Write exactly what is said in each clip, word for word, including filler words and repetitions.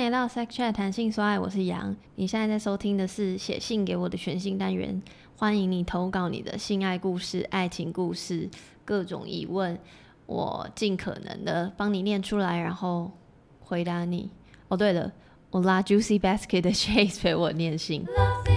迎来到 Sex Chat 谈性说爱，我是杨。你现在在收听的是写信给我的全新单元，欢迎你投稿你的性爱故事、爱情故事、各种疑问，我尽可能的帮你念出来，然后回答你。哦，对了，我拉 Juicy Basket 的 Chase 陪我念信。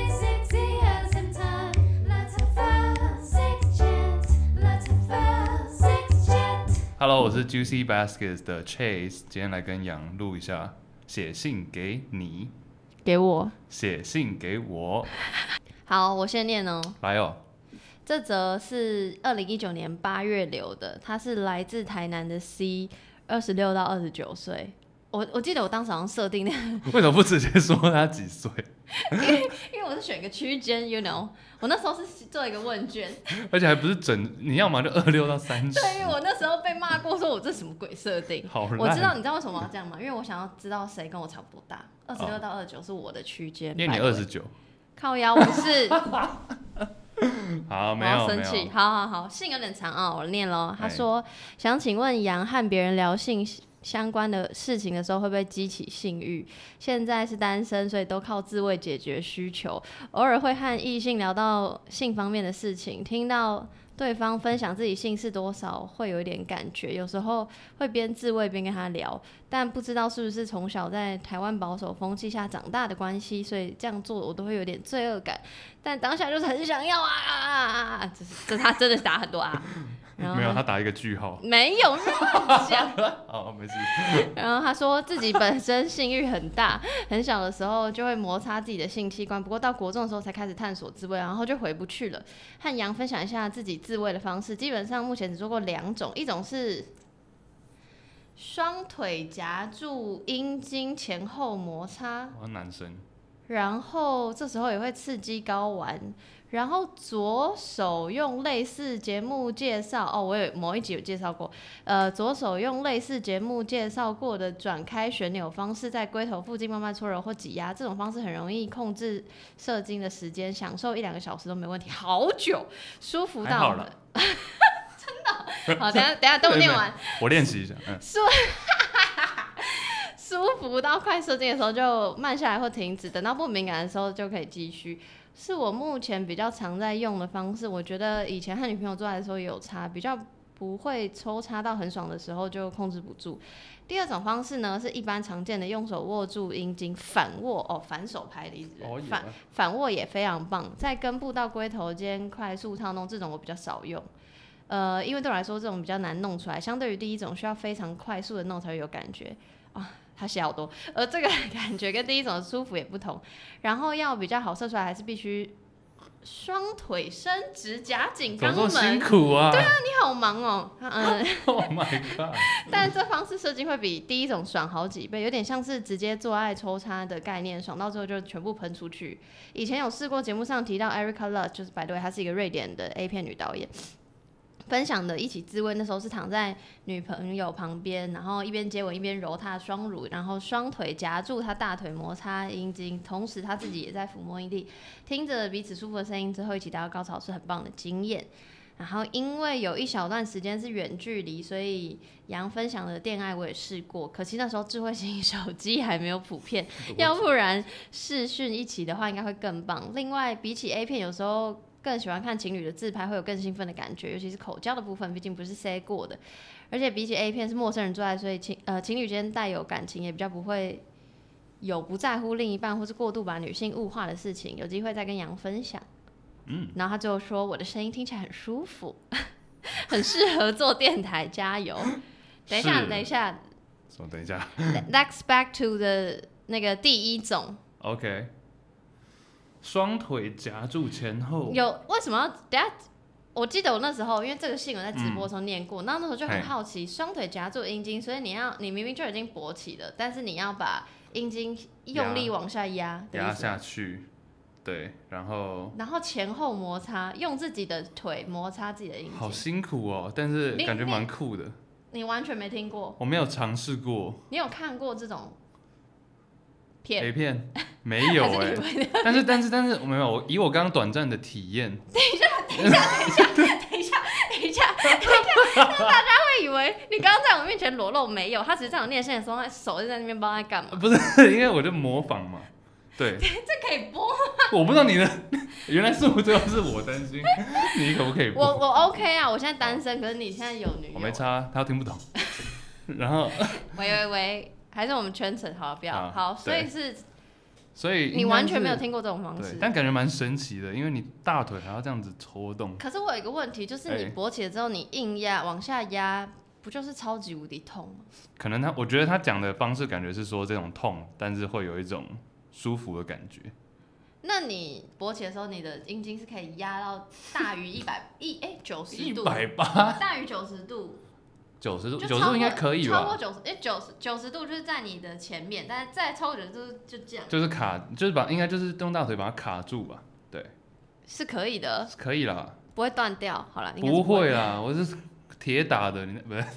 Hello， 我是 Juicy Baskets 的 Chase， 今天来跟杨录一下，写信给你， 给我， 写信给我。 好，我先念哦。 来哦。 这则是二零一九年八月留的，他是来自台南的 C， 二十六到二十九岁。我我记得我当时好像设定那个， 为什么不直接说他几岁？ 因为因为我是选个区间 ，you know， 我那时候是做一个问卷， 而且还不是整，你要么就二六到三十。 对，因为我那时候被骂过，说我这什么鬼设定。 好烂。 我知道，你知道为什么要这样吗？因为我想要知道谁跟我差不多大，二十六到二十九是我的区间。 因为你二十九。 靠腰，我是。 好，没有， 我要生气。好好好，信有点长啊、哦，我念咯。他说，想请问杨和别人聊性相关的事情的时候，会不会激起性欲？现在是单身，所以都靠自慰解决需求。偶尔会和异性聊到性方面的事情，听到对方分享自己性事多少，会有一点感觉。有时候会边自慰边跟他聊，但不知道是不是从小在台湾保守风气下长大的关系，所以这样做我都会有点罪恶感。但当下就是很想要啊！这是这他真的打很多啊。然后没有，他打一个句号。 没有乱讲。 好，没事。 然后他说自己本身性欲很大，很小的时候就会摩擦自己的性器官，不过到国中的时候才开始探索自慰，然后就回不去了。和杨分享一下自己自慰的方式，基本上目前只做过两种，一种是双腿夹住阴茎前后摩擦， 我是男生。 然后这时候也会刺激睾丸。然后左手用类似节目介绍哦，我有某一集有介绍过，呃，左手用类似节目介绍过的转开旋钮方式，在龟头附近慢慢搓揉或挤压，这种方式很容易控制射精的时间，享受一两个小时都没问题，好久，舒服到还好了。 真的、哦，好，等一下等一下等我念完， 我练习一下，嗯。 舒舒服到快射精的时候就慢下来或停止，等到不敏感的时候就可以继续。是我目前比较常在用的方式，我觉得以前和女朋友做爱的时候也有差，比较不会抽插到很爽的时候就控制不住。第二种方式呢，是一般常见的用手握住阴茎反握，哦，反手拍的意思， 哦、 反反握也非常棒，在根部到龟头间快速套弄，这种我比较少用。呃，因为对我来说这种比较难弄出来，相对于第一种需要非常快速的弄才会有感觉啊。他写好多，而这个感觉跟第一种的舒服也不同。然后要比较好射出来，还是必须双腿伸直夹紧肛门。 怎么这么辛苦啊？ 对啊，你好忙哦。嗯 ，Oh my god！ 但这方式射精会比第一种爽好几倍，有点像是直接做爱抽插的概念，爽到最后就全部喷出去。以前有试过，节目上提到 Erica Lust， 就是by the way，她是一个瑞典的 A 片女导演。分享的一起自慰，那时候是躺在女朋友旁边，然后一边接吻一边揉她的双乳，然后双腿夹住她大腿摩擦阴茎，同时她自己也在抚摸阴蒂，听着彼此舒服的声音之后一起达到高潮是很棒的经验。然后因为有一小段时间是远距离，所以杨分享的恋爱我也试过，可惜那时候智慧型手机还没有普遍，要不然视讯一起的话应该会更棒。另外比起 A 片，有时候更喜欢看情侣的自拍，会有更兴奋的感觉，尤其是口交的部分，毕竟不是 say 过的。而且比起 A 片是陌生人做爱，所以情呃情侣间带有感情，也比较不会有不在乎另一半或是过度把女性物化的事情。有机会再跟杨分享。 嗯， 然后他最后说我的声音听起来很舒服，很适合做电台，加油。等一下，等一下， 什么？等一下 ，Let's back to the 那个第一种。 OK。双腿夹住前后， 有为什么要等一下？我记得我那时候，因为这个新闻在直播的时候念过，然后、嗯、那时候就很好奇，双腿夹住阴茎，所以你要你明明就已经勃起了，但是你要把阴茎用力往下压， 压下去，对，然后然后前后摩擦，用自己的腿摩擦自己的阴茎， 好辛苦哦，但是感觉蛮酷的。 你完全没听过？ 我没有尝试过。 你有看过这种片 A 片？没有哎、欸，但是但是但是我没有，我以我刚刚短暂的体验。 等一下，等一下，等一下，等一下，等一下， 大家会以为你刚刚在我面前裸露，没有，他只是在我念线的时候，他手就在那边不知道在干嘛。 不是，因为我就模仿嘛。对， 这可以播吗？ 我不知道你的，原来是我最后是我担心，你可不可以播？ 我我 OK 啊，我现在单身，可是你现在有女友。 我没差，他听不懂。然后， 喂喂喂，还是我们圈层好，不要好，所以是， 所以你完全没有听过这种方式， 对，但感觉蛮神奇的，因为你大腿还要这样子戳动。 可是我有一个问题，就是你勃起了之后，你硬压往下压，不就是超级无敌痛吗？ 可能他，我觉得他讲的方式感觉是说这种痛，但是会有一种舒服的感觉。 那你勃起的时候，你的阴茎是可以压到大于一百一哎九十度， 一百八， 大于九十度， 九十度，九十度应该可以吧？ 超过九十，哎九十九十度就是在你的前面，但是再超过九十度就这样， 就是卡，就是把应该就是用大腿把它卡住吧？对， 是可以的， 可以啦， 不会断掉。好了， 不会啦，我是铁打的，你不是？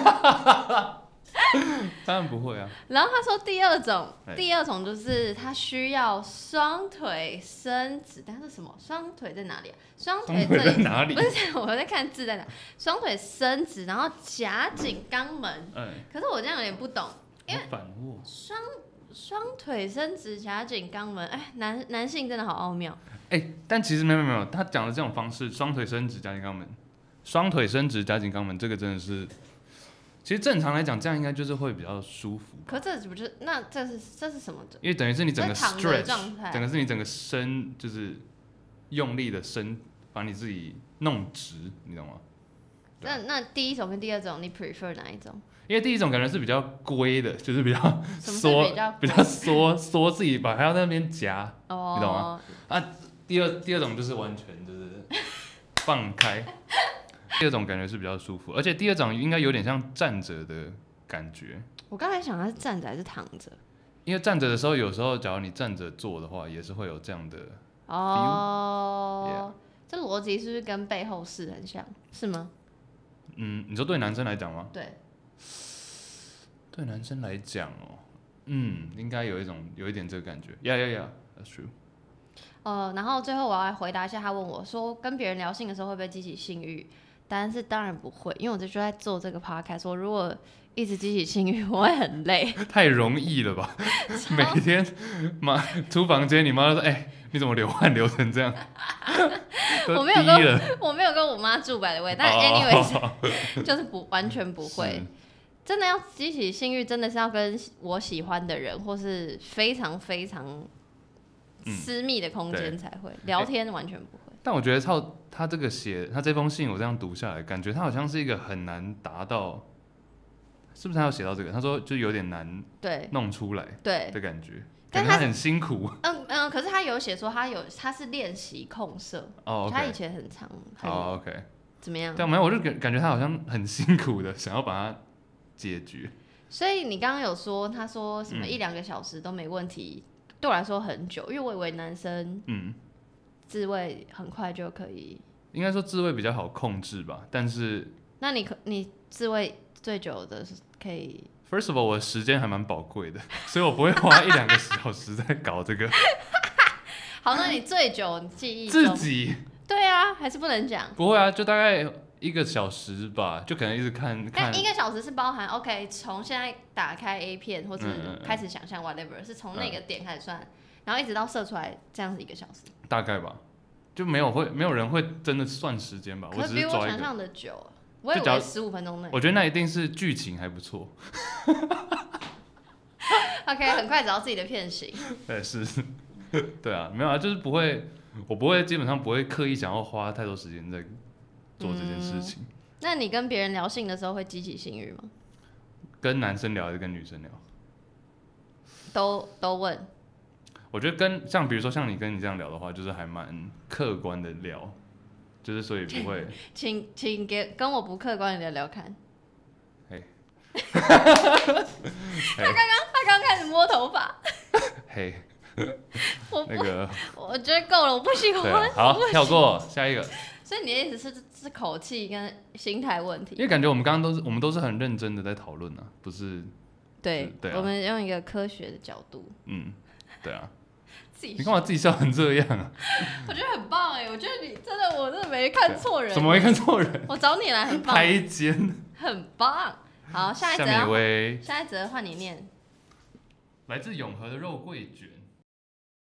当然不会啊。 然后他说第二种，第二种就是他需要双腿伸直，但是什么？双腿在哪里啊？双腿这里在哪里？ 不是，我在看字在哪。双腿伸直，然后夹紧肛门。嗯。可是我这样有点不懂，因为反握。 双双腿伸直夹紧肛门，哎，男男性真的好奥妙。 哎、欸，但其实没有没有，他讲的这种方式，双腿伸直夹紧肛门，双腿伸直夹紧肛门，这个真的是。其实正常来讲，这样应该就是会比较舒服。 可这不是？那这是这是什么？ 因为等于是你整个 stretch， 整个是你整个伸，就是用力的伸，把你自己弄直，你懂吗？ 那那第一种跟第二种，你 prefer 哪一种？ 因为第一种感觉是比较龟的，就是比较缩，比较缩缩自己，把它在那边夹，哦、你懂吗？啊，第二第二种就是完全就是放开。第二种感觉是比较舒服，而且第二种应该有点像站着的感觉。 我刚才想他是站着还是躺着？ 因为站着的时候，有时候假如你站着做的话，也是会有这样的 feel。 哦， yeah. 这逻辑是不是跟背后式很像？是吗？ 嗯，你说对男生来讲吗？ 对。 对男生来讲哦，嗯，应该有一种有一点这个感觉。Yeah, yeah, yeah, that's true。 呃，然后最后我要来回答一下，他问我说，跟别人聊性的时候会不会激起性欲？答案是当然不会，因为我就在做这个 podcast， 我如果一直激起性欲，我会很累。 太容易了吧？每天妈出房间，你妈都说：“哎、欸，你怎么流汗流成这样？” 我没有跟我没有跟我妈住by the way，但 anyways、oh. 就是不完全不会。真的要激起性欲，真的是要跟我喜欢的人，或是非常非常私密的空间才会、嗯、聊天，完全不会。 但我觉得他他这个写他这封信，我这样读下来，感觉他好像是一个很难达到，是不是他有写到这个？他说就有点难弄出来的感觉，感觉他很辛苦。嗯嗯，可是他有写说他有他是练习控射，哦、okay ，他以前很常。 哦 ，OK， 怎么样？ 对，没有，我就感感觉他好像很辛苦的想要把它解决。 所以你刚刚有说，他说什么一两个小时都没问题，嗯、对我来说很久，因为我以为男生嗯。自慰很快就可以， 应该说自慰比较好控制吧，但是那你可你自慰最久的是可以 ？First of all， 我的时间还蛮宝贵的，所以我不会花一两个小时在搞这个。 好，那你最久记忆自己？ 对啊，还是不能讲？ 不会啊，就大概一个小时吧，就可能一直看看。 但一个小时是包含 OK， 从现在打开 A 片或者开始想象 whatever，、嗯、是从那个点开始算。嗯，然后一直到射出来，这样子一个小时，大概吧，就没有会没有人会真的算时间吧。 可是比我想象的久，我以为十五分钟内。 我觉得那一定是剧情还不错。 OK， 很快找到自己的片型。 对，是，对啊，没有啊，就是不会，我不会基本上不会刻意想要花太多时间在做这件事情。嗯、 那你跟别人聊性的时候会激起性欲吗？ 跟男生聊还是跟女生聊？ 都都问。 我觉得跟像比如说像你跟你这样聊的话，就是还蛮客观的聊，就是所以不会。 请请给跟我不客观的聊聊看。 嘿。 他刚刚他刚开始摸头发。 嘿。 我那个。 我觉得够了，我不喜欢。 啊、好，跳过下一个。 所以你的意思是是口气跟心态问题？ 因为感觉我们刚刚都是我们都是很认真的在讨论啊，不是？ 对，对啊、我们用一个科学的角度。 嗯，对啊。 你干嘛自己笑成这样啊？ 我觉得很棒哎，我觉得你真的，我真的没看错人。 怎么没看错人？ 我找你来很棒。 拍肩。 很棒。好，下一则。 下面一位。 下一则换你念。 来自永和的肉桂卷。